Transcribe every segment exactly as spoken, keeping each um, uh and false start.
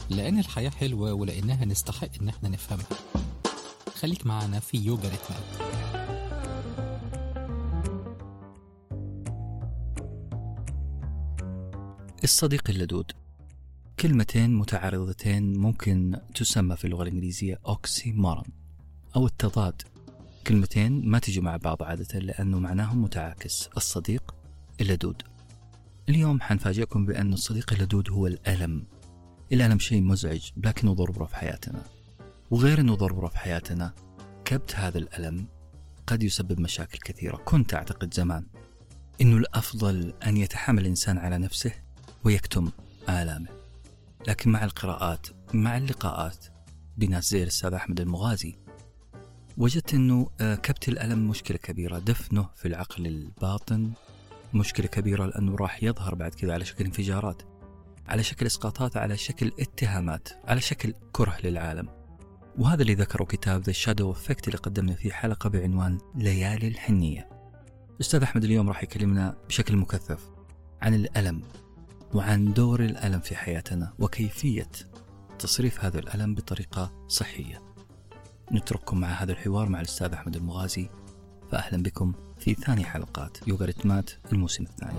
لأن الحياة حلوة ولأنها نستحق إن احنا نفهمها. خليك معنا في يوجا ريتمات. الصديق اللدود، كلمتين متعارضتين ممكن تسمى في اللغة الإنجليزية أوكسيمورون أو التضاد. كلمتين ما تجي مع بعض عادة لأنه معناهم متعاكس. الصديق اللدود. اليوم حنفاجئكم بأن الصديق اللدود هو الألم. الألم شيء مزعج لكنه ضرورة في حياتنا، وغير أنه ضرورة في حياتنا، كبت هذا الألم قد يسبب مشاكل كثيرة. كنت أعتقد زمان أنه الأفضل أن يتحمل الإنسان على نفسه ويكتم آلامه، لكن مع القراءات مع اللقاءات بناس زي الأستاذ أحمد المغازي وجدت أنه كبت الألم مشكلة كبيرة. دفنه في العقل الباطن مشكلة كبيرة، لأنه راح يظهر بعد كذا على شكل انفجارات، على شكل إسقاطات، على شكل اتهامات، على شكل كره للعالم. وهذا اللي ذكره كتاب The Shadow Effect اللي قدمنا فيه حلقة بعنوان ليالي الحنية. أستاذ أحمد اليوم راح يكلمنا بشكل مكثف عن الألم وعن دور الألم في حياتنا وكيفية تصريف هذا الألم بطريقة صحية. نترككم مع هذا الحوار مع الأستاذ أحمد المغازي، فأهلا بكم في ثاني حلقات يوغا ريتمات الموسم الثاني.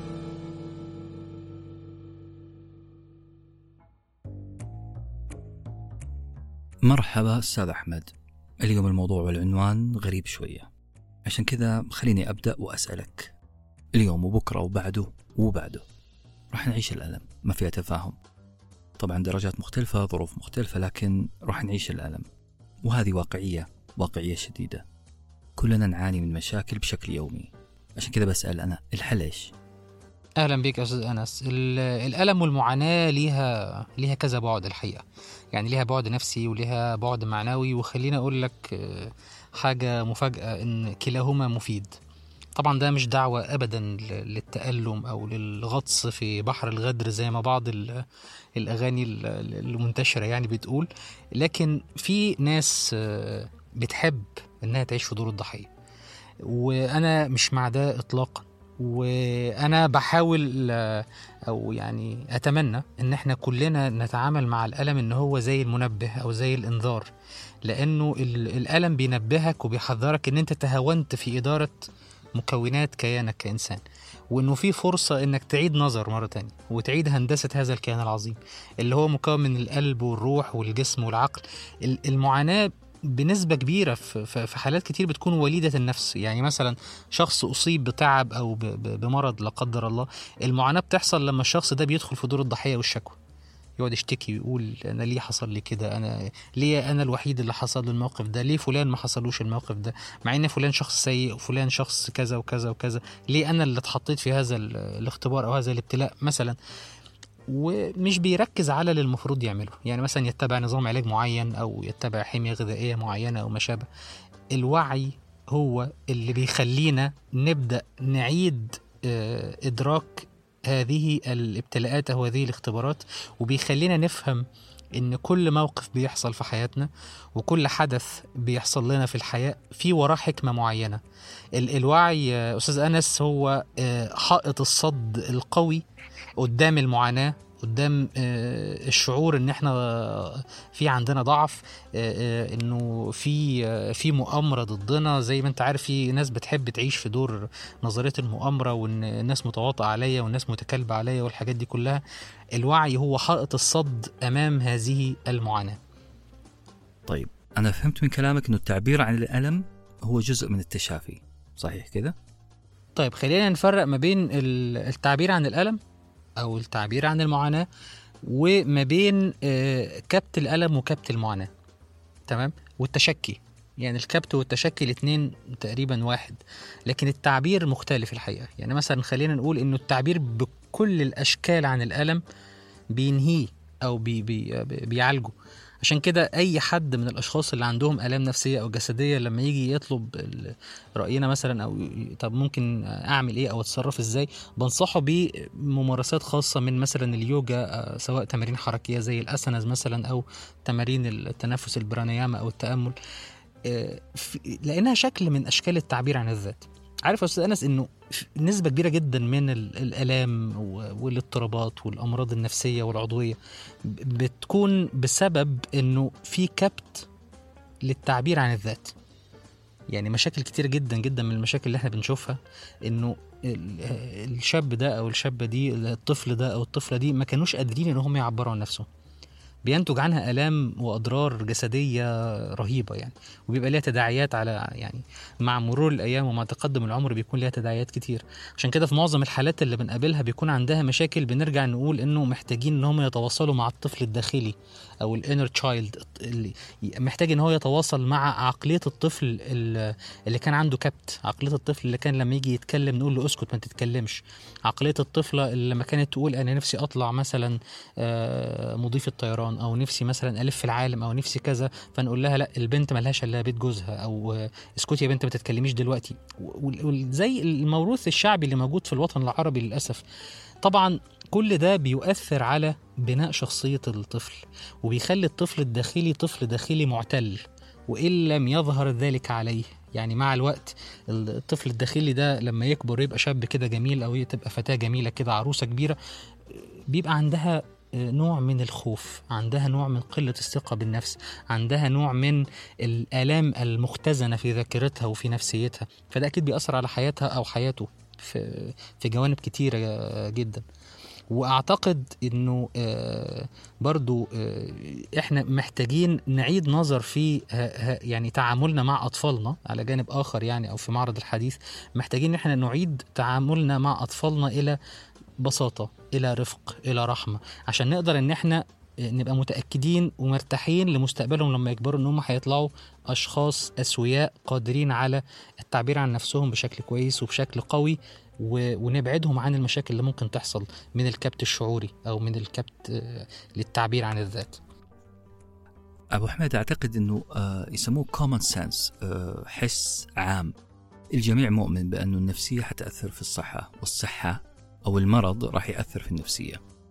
مرحبا أستاذ أحمد. اليوم الموضوع والعنوان غريب شوية، عشان كذا خليني أبدأ وأسألك. اليوم وبكرة وبعده وبعده راح نعيش الألم، ما فيها تفاهم. طبعا درجات مختلفة، ظروف مختلفة، لكن راح نعيش الألم، وهذه واقعية واقعية شديدة. كلنا نعاني من مشاكل بشكل يومي. عشان كذا بسأل أنا، الحل إيش؟ أهلا بك أستاذ أنس. الألم والمعاناة ليها ليها كذا بعد الحقيقة، يعني ليها بعد نفسي وليها بعد معنوي. وخلينا أقول لك حاجة مفاجأة، إن كلاهما مفيد. طبعا ده مش دعوة أبدا للتألم أو للغطس في بحر الغدر زي ما بعض الأغاني المنتشرة يعني بتقول، لكن في ناس بتحب إنها تعيش في دور الضحية، وأنا مش مع ده إطلاقا. وأنا بحاول أو يعني أتمنى إن احنا كلنا نتعامل مع الألم إن هو زي المنبه أو زي الإنذار، لأنه الألم بينبهك وبيحذرك إن أنت تهاونت في إدارة مكونات كيانك كإنسان، وإنه في فرصة إنك تعيد نظر مرة تانية وتعيد هندسة هذا الكيان العظيم اللي هو مكون من القلب والروح والجسم والعقل. المعاناة بنسبة كبيرة في حالات كتير بتكون وليدة النفس. يعني مثلا شخص أصيب بتعب أو بمرض لا قدر الله، المعاناة بتحصل لما الشخص ده بيدخل في دور الضحية والشكوى، يقعد يشتكي ويقول أنا ليه حصل لي كده، أنا ليه أنا الوحيد اللي حصل له الموقف ده، ليه فلان ما حصلوش الموقف ده، مع إن فلان شخص سيء وفلان شخص كذا وكذا وكذا، ليه أنا اللي اتحطيت في هذا الاختبار أو هذا الابتلاء مثلا. ومش بيركز على اللي المفروض يعمله، يعني مثلا يتبع نظام علاج معين أو يتبع حمية غذائية معينة أو ما شابه. الوعي هو اللي بيخلينا نبدأ نعيد إدراك هذه الابتلاءات أو هذه الاختبارات، وبيخلينا نفهم إن كل موقف بيحصل في حياتنا وكل حدث بيحصل لنا في الحياة في وراه حكمة معينة. الوعي أستاذ أنس هو حائط الصد القوي قدام المعاناة، قدام الشعور ان احنا في عندنا ضعف، انه في في مؤامرة ضدنا. زي ما انت عارف في ناس بتحب تعيش في دور نظرية المؤامرة، وان الناس متواطئة عليا والناس متكلبة عليا والحاجات دي كلها. الوعي هو حائط الصد امام هذه المعاناة. طيب انا فهمت من كلامك انه التعبير عن الألم هو جزء من التشافي، صحيح كده؟ طيب خلينا نفرق ما بين التعبير عن الألم أو التعبير عن المعاناة وما بين كبت الألم وكبت المعاناة، تمام؟ والتشكي. يعني الكبت والتشكي الاثنين تقريبا واحد، لكن التعبير مختلف الحقيقة. يعني مثلا خلينا نقول إنه التعبير بكل الأشكال عن الألم بينهيه أو بي بي بيعالجه. عشان كده أي حد من الأشخاص اللي عندهم آلام نفسية أو جسدية لما يجي يطلب رأينا مثلا أو طب ممكن أعمل إيه أو أتصرف إزاي، بنصحه بممارسات خاصة من مثلا اليوجا، سواء تمارين حركية زي الأسانز مثلا أو تمارين التنفس البرانياما أو التأمل، لأنها شكل من أشكال التعبير عن الذات. عارف يا أستاذ أنس إنه نسبة كبيرة جدا من الآلام والاضطرابات والأمراض النفسية والعضوية بتكون بسبب إنه في كبت للتعبير عن الذات. يعني مشاكل كتير جدا جدا من المشاكل اللي احنا بنشوفها إنه الشاب ده أو الشابة دي، الطفل ده أو الطفلة دي، ما كانوش قادرين إنهم يعبروا عن نفسهم، بينتج عنها آلام وأضرار جسدية رهيبة يعني، وبيبقى ليها تداعيات على يعني مع مرور الأيام ومع تقدم العمر بيكون ليها تداعيات كتير. عشان كده في معظم الحالات اللي بنقابلها بيكون عندها مشاكل، بنرجع نقول إنه محتاجين إن هم يتواصلوا مع الطفل الداخلي أو الانر تشايلد، اللي محتاج إن هو يتواصل مع عقلية الطفل اللي كان عنده كبت، عقلية الطفل اللي كان لما يجي يتكلم نقول له اسكت ما تتكلمش، عقلية الطفلة اللي لما كانت تقول أنا نفسي أطلع مثلا مضيف الطيران، او نفسي مثلا الف في العالم، او نفسي كذا، فنقول لها لا البنت ملهاش الا بيت جوزها، او اسكتي يا بنت ما تتكلميش دلوقتي، زي الموروث الشعبي اللي موجود في الوطن العربي للاسف. طبعا كل ده بيؤثر على بناء شخصية الطفل، وبيخلي الطفل الداخلي طفل داخلي معتل، وإن لم يظهر ذلك عليه. يعني مع الوقت الطفل الداخلي ده لما يكبر يبقى شاب كده جميل، أو تبقى فتاة جميلة كده عروسة كبيرة، بيبقى عندها نوع من الخوف، عندها نوع من قلة الثقة بالنفس، عندها نوع من الآلام المختزنة في ذاكرتها وفي نفسيتها، فده أكيد بيأثر على حياتها أو حياته في في جوانب كتيرة جدا. وأعتقد أنه برضو إحنا محتاجين نعيد نظر في يعني تعاملنا مع أطفالنا على جانب آخر، يعني أو في معرض الحديث محتاجين إحنا نعيد تعاملنا مع أطفالنا إلى بساطة، إلى رفق، إلى رحمة، عشان نقدر إن إحنا نبقى متأكدين ومرتاحين لمستقبلهم لما يكبروا، إنهم هيطلعوا أشخاص أسوياء قادرين على التعبير عن نفسهم بشكل كويس وبشكل قوي، ونبعدهم عن المشاكل اللي ممكن تحصل من الكبت الشعوري أو من الكبت للتعبير عن الذات. أبو حميد، أعتقد أنه يسموه common sense، حس عام. الجميع مؤمن بأنه النفسية حتأثر في الصحة، والصحة أو المرض راح يأثر في النفسية،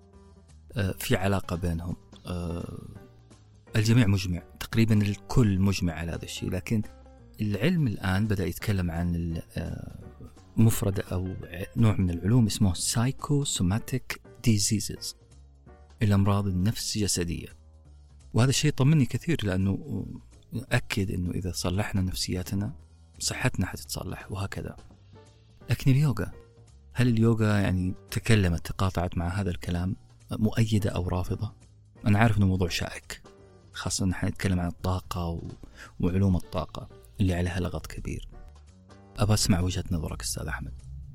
في علاقة بينهم. الجميع مجمع، تقريبا الكل مجمع على هذا الشيء. لكن العلم الآن بدأ يتكلم عن مفرد أو نوع من العلوم اسمه psychosomatic diseases، الأمراض النفس جسدية. وهذا الشيء طمني كثير، لأنه أكد أنه إذا صلحنا نفسياتنا صحتنا حتتصلح وهكذا. لكن اليوغا، هل اليوغا يعني تكلمت تقاطعت مع هذا الكلام، مؤيدة أو رافضة؟ أنا عارف أنه موضوع شائك، خاصة نحن نتكلم عن الطاقة وعلوم الطاقة اللي عليها لغط كبير. أبى أسمع وجهة نظرك أستاذ أحمد.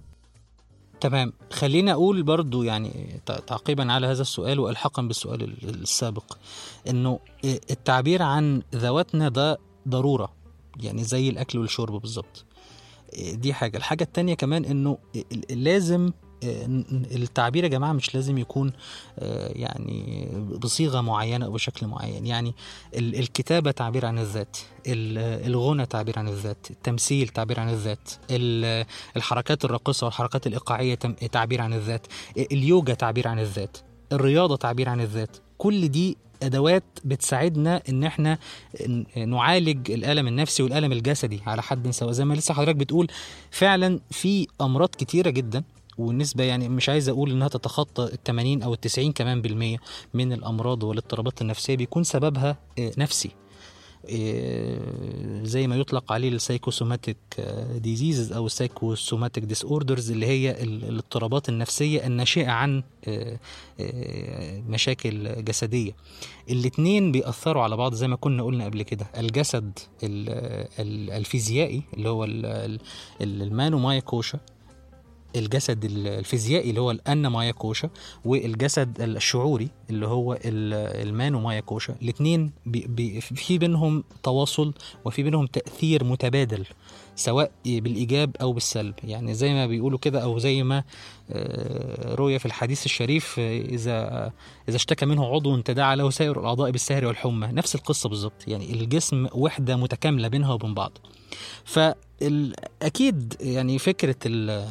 تمام، خلينا أقول برضو يعني تعقيبا على هذا السؤال وألحقا بالسؤال السابق، أنه التعبير عن ذواتنا ده ضرورة، يعني زي الأكل والشرب بالضبط. دي حاجة. الحاجة التانية كمان أنه لازم التعبير يا جماعة مش لازم يكون يعني بصيغة معينة أو بشكل معين. يعني الكتابة تعبير عن الذات، الغنى تعبير عن الذات، التمثيل تعبير عن الذات، الحركات الراقصة والحركات الإيقاعية تعبير عن الذات، اليوجا تعبير عن الذات، الرياضة تعبير عن الذات. كل دي أدوات بتساعدنا إن إحنا نعالج الألم النفسي والألم الجسدي على حد سواء. زي ما لسه حضرتك بتقول، فعلا في أمراض كتيرة جدا، والنسبة يعني مش عايز أقول إنها تتخطى الثمانين أو التسعين كمان بالمية من الأمراض والاضطرابات النفسية بيكون سببها نفسي، زي ما يطلق عليه السايكوسوماتيك ديزيزز أو السايكوسوماتيك ديس أوردرز، اللي هي الاضطرابات النفسية الناشئة عن مشاكل جسدية. الاتنين بيأثروا على بعض زي ما كنا قلنا قبل كده. الجسد الفيزيائي اللي هو المانو مايا كوشا، الجسد الفيزيائي اللي هو الأنا مايا كوشا، والجسد الشعوري اللي هو المانو مايا كوشا. الاثنين في بينهم تواصل وفي بينهم تأثير متبادل، سواء بالإيجاب أو بالسلب. يعني زي ما بيقولوا كده، أو زي ما روي في الحديث الشريف، إذا إذا اشتكى منه عضو تداعى له سائر الأعضاء بالسهر والحمى. نفس القصة بالضبط، يعني الجسم وحدة متكاملة بينها وبين بعض. فأكيد يعني فكرة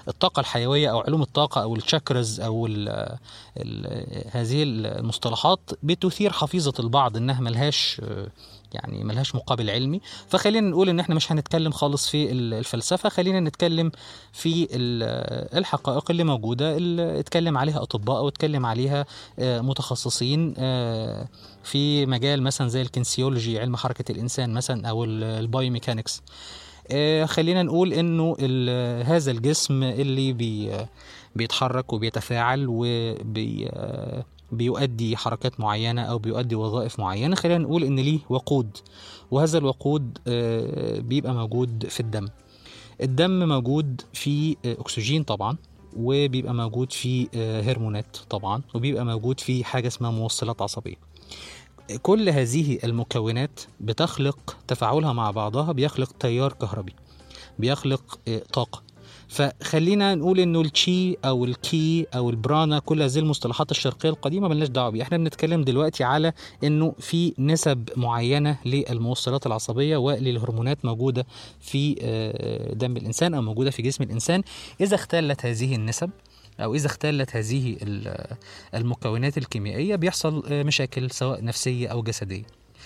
الطاقة الحيوية أو علوم الطاقة أو الشاكرز أو ال ال هذه المصطلحات بتثير حفيظة البعض إنها ملهاش يعني ملهاش مقابل علمي. فخلينا نقول إن إحنا مش هنتكلم خالص في الفلسفة، خلينا نتكلم في الحقائق اللي موجودة اللي اتكلم عليها أطباء أو اتكلم عليها متخصصين في مجال مثلا زي الكنسيولوجي، علم حركة الإنسان مثلا، أو البايوميكانكس. خلينا نقول إنه هذا الجسم اللي بي بيتحرك وبيتفاعل وبي بيؤدي حركات معينة أو بيؤدي وظائف معينة، خلينا نقول إن ليه وقود، وهذا الوقود بيبقى موجود في الدم. الدم موجود فيه أكسجين طبعا، وبيبقى موجود فيه هرمونات طبعا، وبيبقى موجود فيه حاجة اسمها موصلات عصبية. كل هذه المكونات بتخلق تفاعلها مع بعضها بيخلق تيار كهربي، بيخلق طاقة. فخلينا نقول انه التشي او الكي او البرانا، كل هذه المصطلحات الشرقية القديمة ملناش دعوة بيها. احنا بنتكلم دلوقتي على انه في نسب معينة للموصلات العصبية وللهرمونات موجودة في دم الانسان او موجودة في جسم الانسان. اذا اختلت هذه النسب أو إذا اختلت هذه المكونات الكيميائية بيحصل مشاكل سواء نفسية أو جسدية.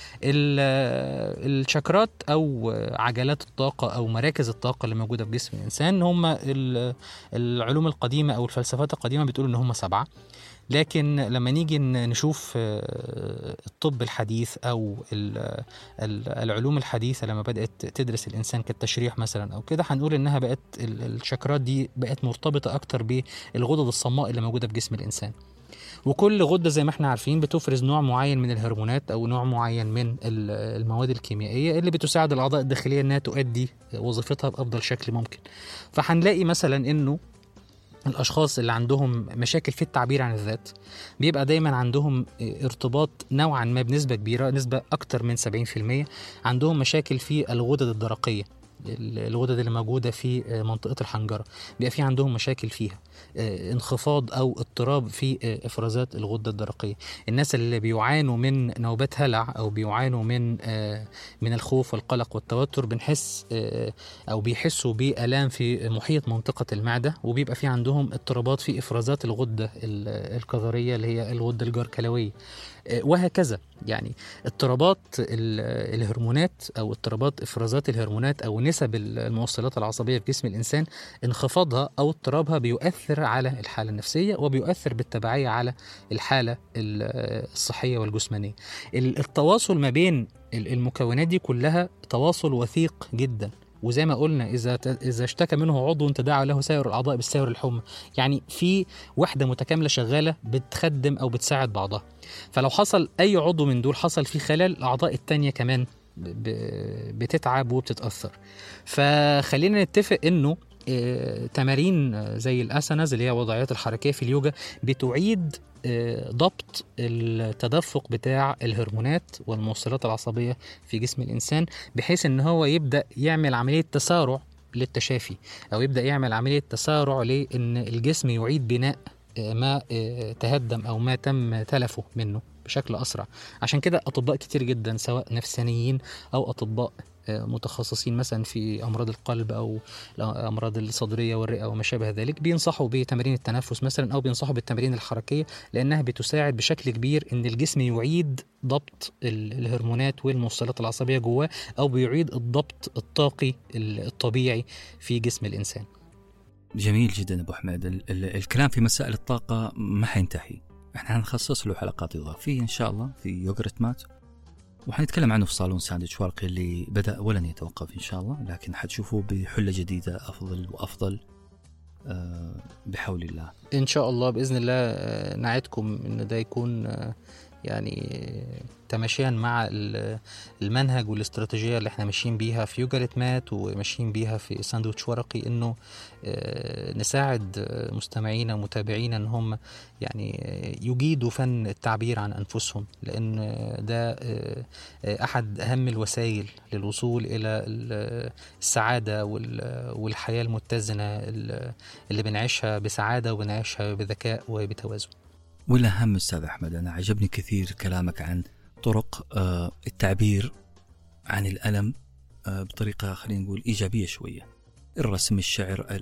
الشاكرات أو عجلات الطاقة أو مراكز الطاقة اللي موجودة في جسم الإنسان هم العلوم القديمة أو الفلسفات القديمة بتقول إن هم سبعة، لكن لما نيجي نشوف الطب الحديث أو العلوم الحديثة لما بدأت تدرس الإنسان كالتشريح مثلا أو كده، هنقول إنها بقت الشاكرات دي بقت مرتبطة أكتر بالغدد الصماء اللي موجودة في جسم الإنسان. وكل غدة زي ما احنا عارفين بتفرز نوع معين من الهرمونات أو نوع معين من المواد الكيميائية اللي بتساعد الأعضاء الداخلية أنها تؤدي وظيفتها بأفضل شكل ممكن. فهنلاقي مثلا إنه الأشخاص اللي عندهم مشاكل في التعبير عن الذات بيبقى دايما عندهم ارتباط نوعا ما بنسبة كبيرة، نسبة أكتر من سبعين بالمية عندهم مشاكل في الغدد الدرقية، الغدد اللي موجودة في منطقة الحنجرة بيبقى في عندهم مشاكل فيها، انخفاض أو اضطراب في إفرازات الغدة الدرقية. الناس اللي بيعانوا من نوبات هلع أو بيعانوا من من الخوف والقلق والتوتر بنحس أو بيحسوا بآلام في محيط منطقة المعدة، وبيبقى في عندهم اضطرابات في إفرازات الغدة الكظرية اللي هي الغدة الجركلوية، وهكذا. يعني اضطرابات الهرمونات أو اضطرابات إفرازات الهرمونات أو نسب الموصلات العصبية في جسم الإنسان، انخفاضها أو اضطرابها بيؤثر على الحالة النفسية وبيؤثر بالتبعية على الحالة الصحية والجسمانية. التواصل ما بين المكونات دي كلها تواصل وثيق جدا، وزي ما قلنا إذا إذا اشتكى منه عضو تداعى له سائر الأعضاء بالسهر الحمى. يعني في وحدة متكاملة شغالة بتخدم أو بتساعد بعضها. فلو حصل أي عضو من دول حصل فيه خلل، الأعضاء التانية كمان بتتعب وبتتأثر. فخلينا نتفق إنه اه تمارين زي الأسانز اللي هي وضعيات الحركية في اليوجا بتعيد ضبط التدفق بتاع الهرمونات والموصلات العصبية في جسم الإنسان، بحيث إن هو يبدأ يعمل عملية تسارع للتشافي، أو يبدأ يعمل عملية تسارع لأن الجسم يعيد بناء ما تهدم أو ما تم تلفه منه بشكل أسرع. عشان كده أطباء كتير جدا سواء نفسانيين أو أطباء متخصصين مثلا في أمراض القلب أو الأمراض الصدرية والرئة وما شابه ذلك بينصحوا بتمارين التنفس مثلا، أو بينصحوا بالتمارين الحركية، لأنها بتساعد بشكل كبير إن الجسم يعيد ضبط الهرمونات والموصلات العصبية جواه، أو بيعيد الضبط الطاقي الطبيعي في جسم الإنسان. جميل جدا أبو حميد. ال- ال- الكلام في مسائل الطاقة ما حينتهي، احنا هنخصص له حلقات إضافية إن شاء الله في يوغرت مات، وحنتكلم عنه في صالون ساندويتش ورقي اللي بدأ ولن يتوقف إن شاء الله، لكن حتشوفوه بحلة جديدة أفضل وأفضل بحول الله إن شاء الله بإذن الله. نعدكم إن ده يكون يعني تماشيا مع المنهج والاستراتيجية اللي احنا ماشيين بيها في يوجرت مات وماشيين بيها في ساندويتش ورقي، انه نساعد مستمعينا ومتابعينا ان هم يعني يجيدوا فن التعبير عن انفسهم، لان ده احد اهم الوسائل للوصول الى السعادة والحياة المتزنة اللي بنعيشها بسعادة وبنعيشها بذكاء وبتوازن. والأهم أستاذ أحمد، أنا عجبني كثير كلامك عن طرق التعبير عن الألم بطريقة خلينا نقول إيجابية شوية، الرسم، الشعر،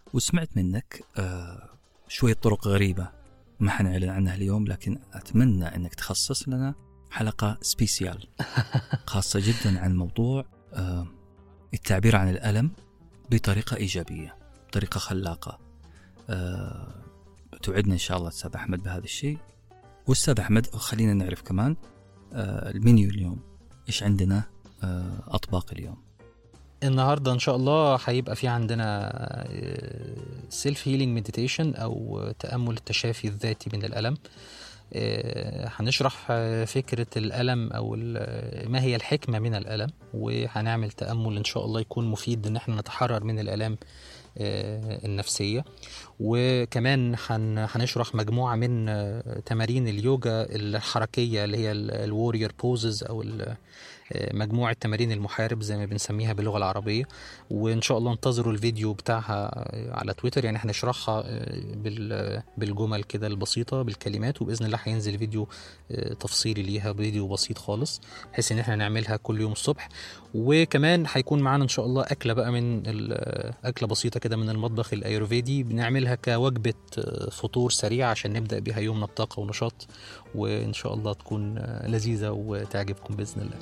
وسمعت منك آه شوية طرق غريبة ما حنعلن عنها اليوم، لكن أتمنى أنك تخصص لنا حلقة سبيسيال خاصة جدا عن موضوع آه التعبير عن الألم بطريقة إيجابية، بطريقة خلاقة. أه توعدنا إن شاء الله أستاذ أحمد بهذا الشيء. والأستاذ أحمد خلينا نعرف كمان أه المنيو اليوم إيش عندنا، أه أطباق اليوم النهاردة إن شاء الله هيبقى في عندنا سيلف هيلينج مديتيشن أو تأمل التشافي الذاتي من الألم. هنشرح فكرة الألم أو ما هي الحكمة من الألم، وهنعمل تأمل إن شاء الله يكون مفيد إن احنا نتحرر من الألم النفسية. وكمان هنشرح مجموعة من تمارين اليوجا الحركية اللي هي الوريور بوزز أو مجموعة تمارين المحارب زي ما بنسميها باللغة العربية. وإن شاء الله انتظروا الفيديو بتاعها على تويتر، يعني هنشرحها بالجمل كده البسيطة بالكلمات، وبإذن الله هينزل فيديو تفصيلي ليها، فيديو بسيط خالص بحيث إن احنا نعملها كل يوم الصبح. وكمان هيكون معانا إن شاء الله أكلة بقى من أكلة بسيطة كده من المطبخ الأيروفيدي، بنعملها كوجبة فطور سريع عشان نبدأ بها يومنا بطاقة ونشاط، وإن شاء الله تكون لذيذة وتعجبكم بإذن الله.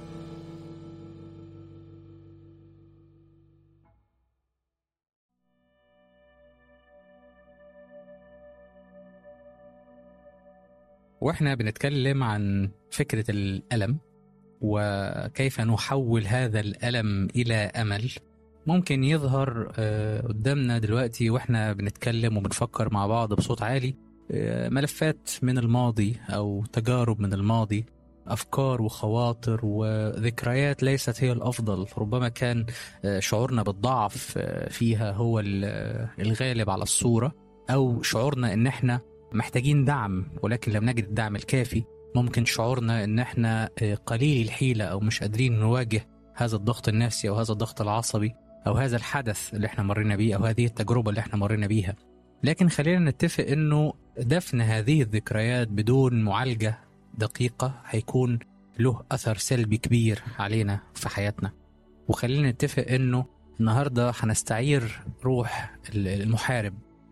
واحنا بنتكلم عن فكرة الألم وكيف نحول هذا الألم إلى أمل، ممكن يظهر قدامنا دلوقتي واحنا بنتكلم وبنفكر مع بعض بصوت عالي ملفات من الماضي أو تجارب من الماضي، أفكار وخواطر وذكريات ليست هي الأفضل. ربما كان شعورنا بالضعف فيها هو الغالب على الصورة، أو شعورنا إن احنا محتاجين دعم ولكن لم نجد الدعم الكافي. ممكن شعورنا ان احنا قليل الحيلة او مش قادرين نواجه هذا الضغط النفسي او هذا الضغط العصبي او هذا الحدث اللي احنا مرينا بيه او هذه التجربة اللي احنا مرينا بيها. لكن خلينا نتفق انه دفن هذه الذكريات بدون معالجة دقيقة هيكون له اثر سلبي كبير علينا في حياتنا. وخلينا نتفق انه النهاردة هنستعير روح المحارب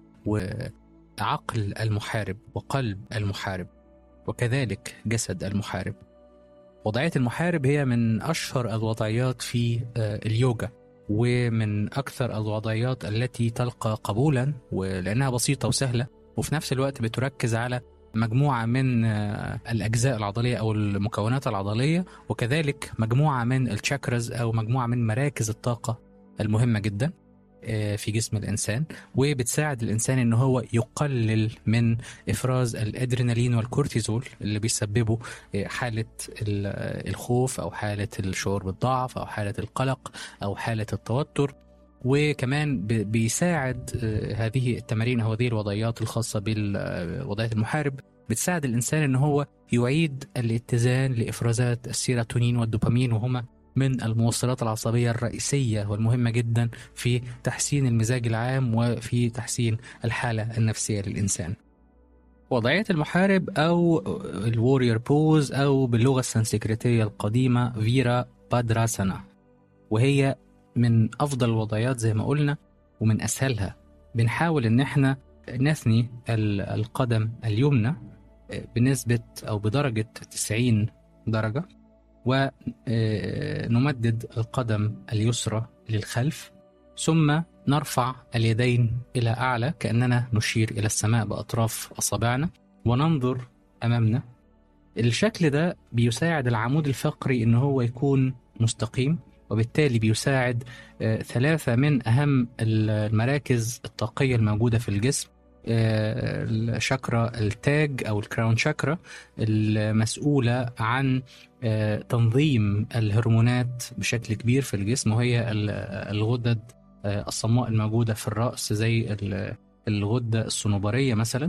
وعقل المحارب وقلب المحارب وكذلك جسد المحارب. وضعية المحارب هي من أشهر الوضعيات في اليوجا، ومن أكثر الوضعيات التي تلقى قبولا، ولأنها بسيطة وسهلة وفي نفس الوقت بتركز على مجموعة من الأجزاء العضلية أو المكونات العضلية، وكذلك مجموعة من الشاكراز أو مجموعة من مراكز الطاقة المهمة جدا في جسم الإنسان، وبتساعد الإنسان إنه هو يقلل من إفراز الأدرينالين والكورتيزول اللي بيسببوا حالة الخوف أو حالة الشعور بالضعف أو حالة القلق أو حالة التوتر. وكمان بيساعد هذه التمارين أو هذه الوضعيات الخاصة بوضعية المحارب بتساعد الإنسان إنه هو يعيد الاتزان لإفرازات السيروتونين والدوبامين، وهما من الموصلات العصبية الرئيسية والمهمة جدا في تحسين المزاج العام وفي تحسين الحالة النفسية للإنسان. وضعية المحارب أو الوريور بوز أو باللغة السنسكريتية القديمة فيرا بادراسانا، وهي من أفضل الوضعيات زي ما قلنا ومن أسهلها. بنحاول إن احنا نثني القدم اليمنى بنسبة أو بدرجة تسعين درجة، ونمدد القدم اليسرى للخلف، ثم نرفع اليدين إلى أعلى كأننا نشير إلى السماء بأطراف أصابعنا وننظر أمامنا. الشكل ده بيساعد العمود الفقري إنه هو يكون مستقيم، وبالتالي بيساعد ثلاثة من أهم المراكز الطاقية الموجودة في الجسم. الشاكرا التاج أو الكراون شاكرا المسؤولة عن تنظيم الهرمونات بشكل كبير في الجسم، وهي الغدد الصماء الموجودة في الرأس زي الغدة الصنوبرية مثلا.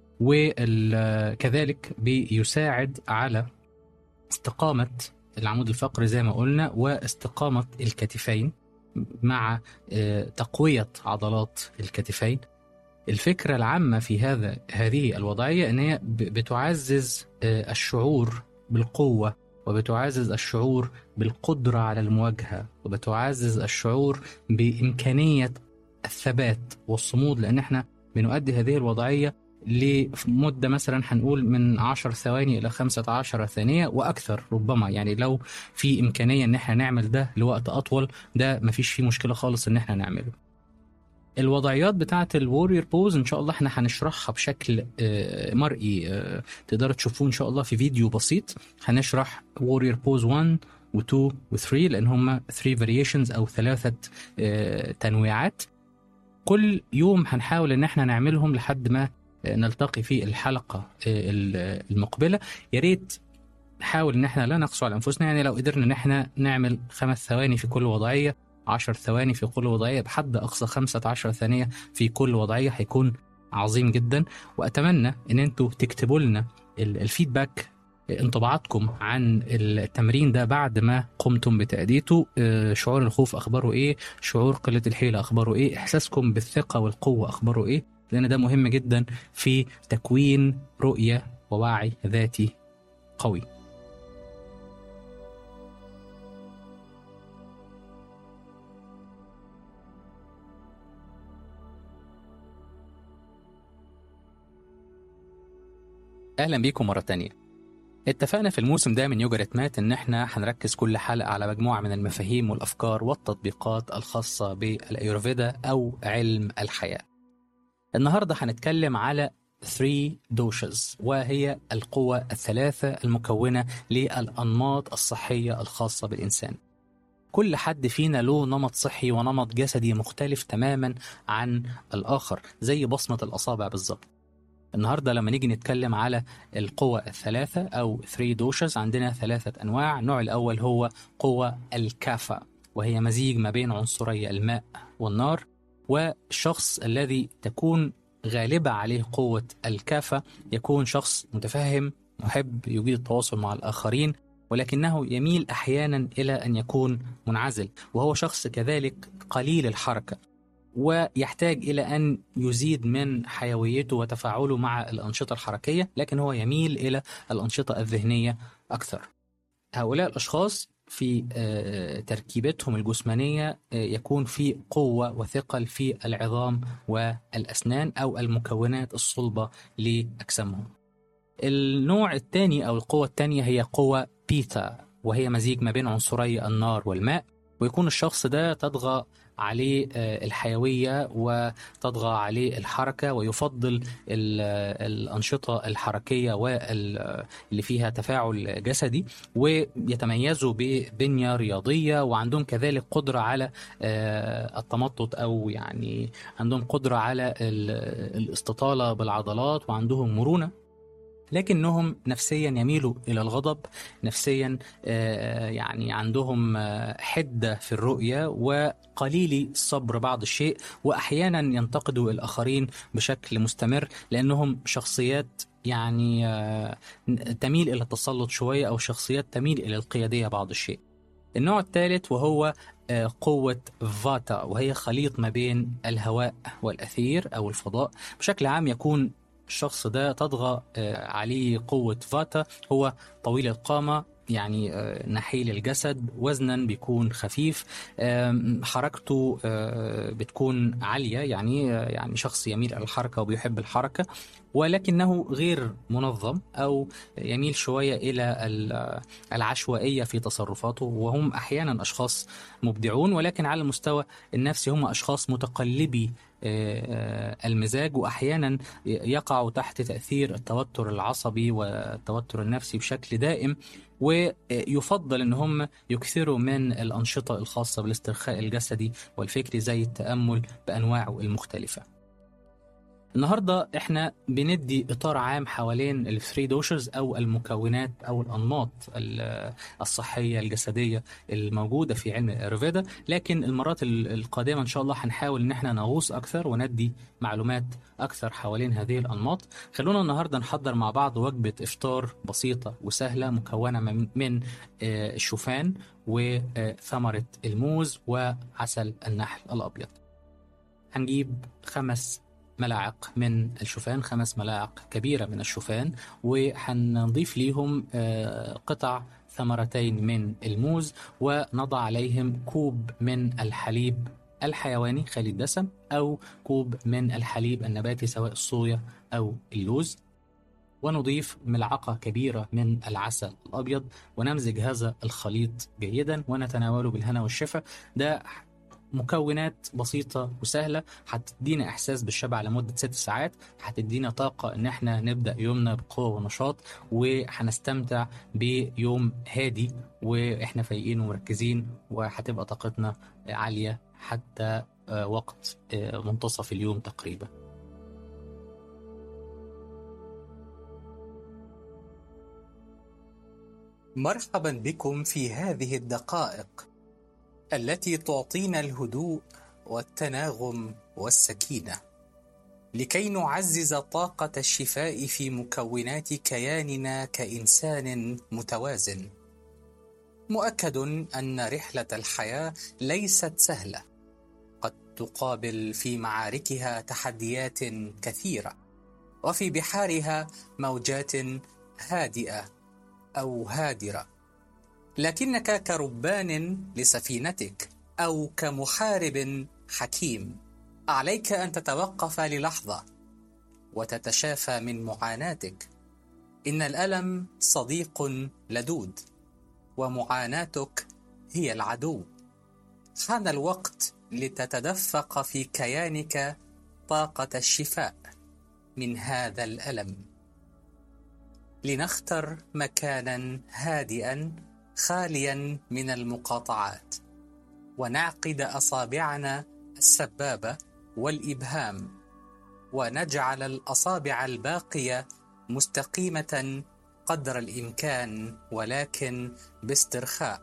وكذلك بيساعد على استقامة العمود الفقري زي ما قلنا واستقامة الكتفين مع تقوية عضلات الكتفين. الفكرة العامة في هذا هذه الوضعية أن هي بتعزز الشعور بالقوة، وبتعزز الشعور بالقدرة على المواجهة، وبتعزز الشعور بإمكانية الثبات والصمود، لأن احنا بنؤدي هذه الوضعية لمدة مثلا هنقول من عشر ثواني إلى خمسة عشر ثانية وأكثر ربما. يعني لو في إمكانية إن احنا نعمل ده لوقت أطول، ده مفيش فيه مشكلة خالص إن احنا نعمله. الوضعيات بتاعة الورير بوز إن شاء الله احنا هنشرحها بشكل مرئي، تقدروا تشوفوه إن شاء الله في فيديو بسيط. هنشرح warrior pose واحد و اثنين و ثلاثة لأن هم ثلاثة variations أو ثلاثة تنويعات. كل يوم هنحاول إن احنا نعملهم لحد ما نلتقي في الحلقة المقبلة. يا ريت نحاول إن احنا لا نقسو على أنفسنا، يعني لو قدرنا إن احنا نعمل خمس ثواني في كل وضعية، عشر ثواني في كل وضعية، بحد أقصى خمسة عشر ثانية في كل وضعية، هيكون عظيم جدا. وأتمنى إن أنتوا تكتبوا لنا الفيدباك، انطباعاتكم عن التمرين ده بعد ما قمتم بتأديته. شعور الخوف أخباره إيه؟ شعور قلة الحيلة أخباره إيه؟ إحساسكم بالثقة والقوة أخباره إيه؟ لأن ده مهم جدا في تكوين رؤية ووعي ذاتي قوي. أهلا بيكم مرة تانية. اتفقنا في الموسم ده من يوجا ريتمات إن احنا هنركز كل حلقة على مجموعة من المفاهيم والأفكار والتطبيقات الخاصة بالأيورفيدا أو علم الحياة. النهاردة هنتكلم على ثري دوشز، وهي القوة الثلاثة المكونة للأنماط الصحية الخاصة بالإنسان. كل حد فينا له نمط صحي ونمط جسدي مختلف تماما عن الآخر، زي بصمة الأصابع بالظبط. النهاردة لما نيجي نتكلم على القوة الثلاثة أو ثري دوشز، عندنا ثلاثة أنواع. النوع الأول هو قوة الكافة، وهي مزيج ما بين عنصري الماء والنار. والشخص الذي تكون غالبة عليه قوة الكافة يكون شخص متفهم، محب، يجيد التواصل مع الآخرين، ولكنه يميل أحيانا إلى أن يكون منعزل. وهو شخص كذلك قليل الحركة، ويحتاج إلى أن يزيد من حيويته وتفاعله مع الأنشطة الحركية، لكن هو يميل إلى الأنشطة الذهنية أكثر. هؤلاء الأشخاص في تركيبتهم الجسمانية يكون في قوة وثقل في العظام والأسنان أو المكونات الصلبة لأجسامهم. النوع الثاني أو القوة الثانية هي قوة بيتا، وهي مزيج ما بين عنصري النار والماء. ويكون الشخص ده تطغى عليه الحيوية وتطغى عليه الحركة، ويفضل الأنشطة الحركية واللي فيها تفاعل جسدي، ويتميزوا ببنية رياضية، وعندهم كذلك قدرة على التمطط، أو يعني عندهم قدرة على الاستطالة بالعضلات، وعندهم مرونة. لكنهم نفسيا يميلوا إلى الغضب، نفسيا يعني عندهم حدة في الرؤية وقليل الصبر بعض الشيء، وأحيانا ينتقدوا الآخرين بشكل مستمر، لأنهم شخصيات يعني تميل إلى التسلط شوية، أو شخصيات تميل إلى القيادية بعض الشيء. النوع الثالث وهو قوة فاتا، وهي خليط ما بين الهواء والأثير أو الفضاء. بشكل عام يكون الشخص ده تطغى عليه قوة فاتا. هو طويل القامة، يعني نحيل الجسد، وزنا بيكون خفيف، حركته بتكون عالية، يعني يعني شخص يميل إلى الحركة وبيحب الحركة، ولكنه غير منظم، أو يميل شوية إلى العشوائية في تصرفاته. وهم أحيانا أشخاص مبدعون، ولكن على المستوى النفسي هم أشخاص متقلبي المزاج، وأحيانا يقعوا تحت تأثير التوتر العصبي والتوتر النفسي بشكل دائم. ويفضل أن هم يكثروا من الأنشطة الخاصة بالاسترخاء الجسدي والفكري، زي التأمل بأنواعه المختلفة. النهاردة احنا بندي اطار عام حوالين الثري دوشز او المكونات او الانماط الصحية الجسدية الموجودة في علم الأيورفيدا، لكن المرات القادمة ان شاء الله هنحاول ان احنا نغوص اكثر وندي معلومات اكثر حوالين هذه الانماط. خلونا النهاردة نحضر مع بعض وجبة افطار بسيطة وسهلة، مكونة من الشوفان وثمرة الموز وعسل النحل الابيض. هنجيب خمس ملاعق من الشوفان، خمس ملاعق كبيرة من الشوفان، وهنضيف ليهم قطع ثمرتين من الموز، ونضع عليهم كوب من الحليب الحيواني خالي الدسم أو كوب من الحليب النباتي سواء الصويا أو اللوز، ونضيف ملعقة كبيرة من العسل الأبيض، ونمزج هذا الخليط جيدا ونتناوله بالهنا والشفا. ده مكونات بسيطة وسهلة هتدينا إحساس بالشبع لمدة ست ساعات، هتدينا طاقة إن احنا نبدأ يومنا بقوة ونشاط، وهنستمتع بيوم هادي وإحنا فايقين ومركزين، وهتبقى طاقتنا عالية حتى وقت منتصف اليوم تقريبا. مرحبا بكم في هذه الدقائق التي تعطينا الهدوء والتناغم والسكينة، لكي نعزز طاقة الشفاء في مكونات كياننا كإنسان متوازن. مؤكد أن رحلة الحياة ليست سهلة، قد تقابل في معاركها تحديات كثيرة، وفي بحارها موجات هادئة أو هادرة، لكنك كربان لسفينتك أو كمحارب حكيم عليك أن تتوقف للحظة وتتشافى من معاناتك. إن الألم صديق لدود، ومعاناتك هي العدو. حان الوقت لتتدفق في كيانك طاقة الشفاء من هذا الألم. لنختر مكانا هادئا خاليا من المقاطعات، ونعقد أصابعنا السبابة والإبهام، ونجعل الأصابع الباقية مستقيمة قدر الإمكان ولكن باسترخاء.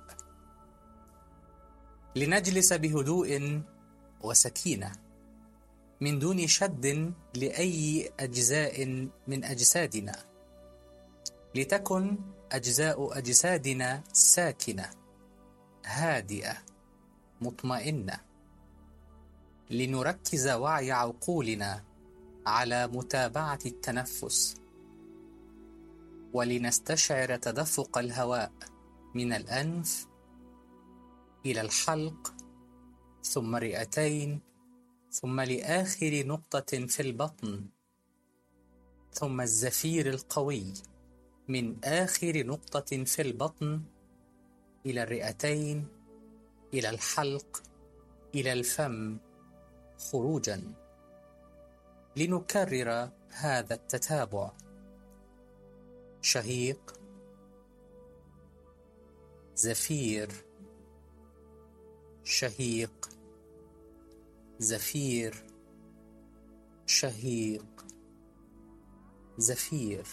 لنجلس بهدوء وسكينة من دون شد لأي أجزاء من أجسادنا، لتكن أجزاء أجسادنا ساكنة هادئة مطمئنة. لنركز وعي عقولنا على متابعة التنفس، ولنستشعر تدفق الهواء من الأنف إلى الحلق، ثم الرئتين، ثم لآخر نقطة في البطن، ثم الزفير القوي من آخر نقطة في البطن إلى الرئتين، إلى الحلق، إلى الفم خروجا. لنكرر هذا التتابع: شهيق، زفير، شهيق، زفير، شهيق، زفير.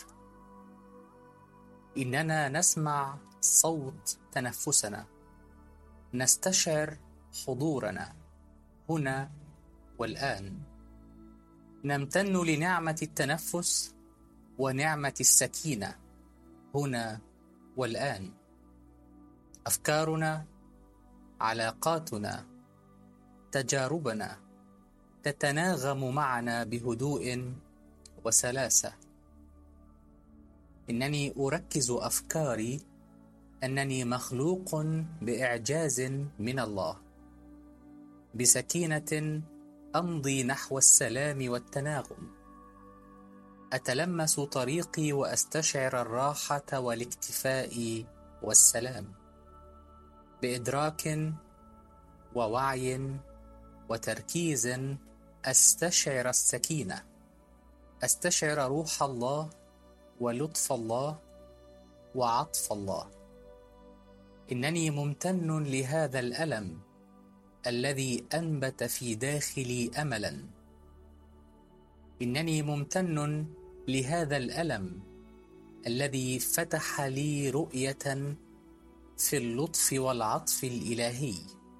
إننا نسمع صوت تنفسنا، نستشعر حضورنا هنا والآن، نمتن لنعمة التنفس ونعمة السكينة هنا والآن. أفكارنا، علاقاتنا، تجاربنا تتناغم معنا بهدوء وسلاسة. إنني أركز أفكاري أنني مخلوق بإعجاز من الله، بسكينة أمضي نحو السلام والتناغم. أتلمس طريقي وأستشعر الراحة والاكتفاء والسلام، بإدراك ووعي وتركيز. أستشعر السكينة، أستشعر روح الله ولطف الله وعطف الله. إنني ممتن لهذا الألم الذي أنبت في داخلي أملا. إنني ممتن لهذا الألم الذي فتح لي رؤية في اللطف والعطف الإلهي.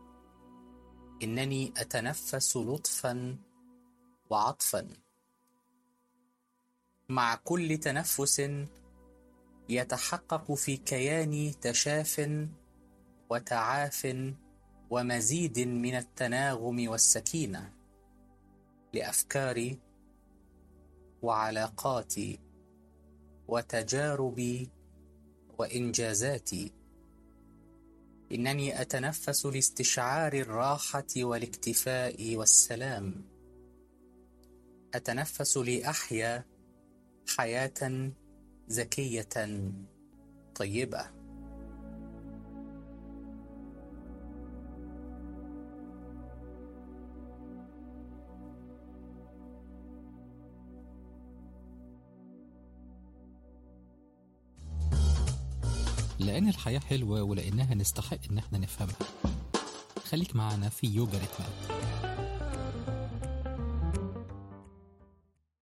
إنني أتنفس لطفا وعطفا. مع كل تنفس يتحقق في كياني تشاف وتعاف ومزيد من التناغم والسكينة لأفكاري وعلاقاتي وتجاربي وإنجازاتي. إنني أتنفس لاستشعار الراحة والاكتفاء والسلام. أتنفس لأحيا حياة زكية طيبة. لأن الحياة حلوة ولأنها نستحق إن احنا نفهمها. خليك معنا في يوجا ريتمات.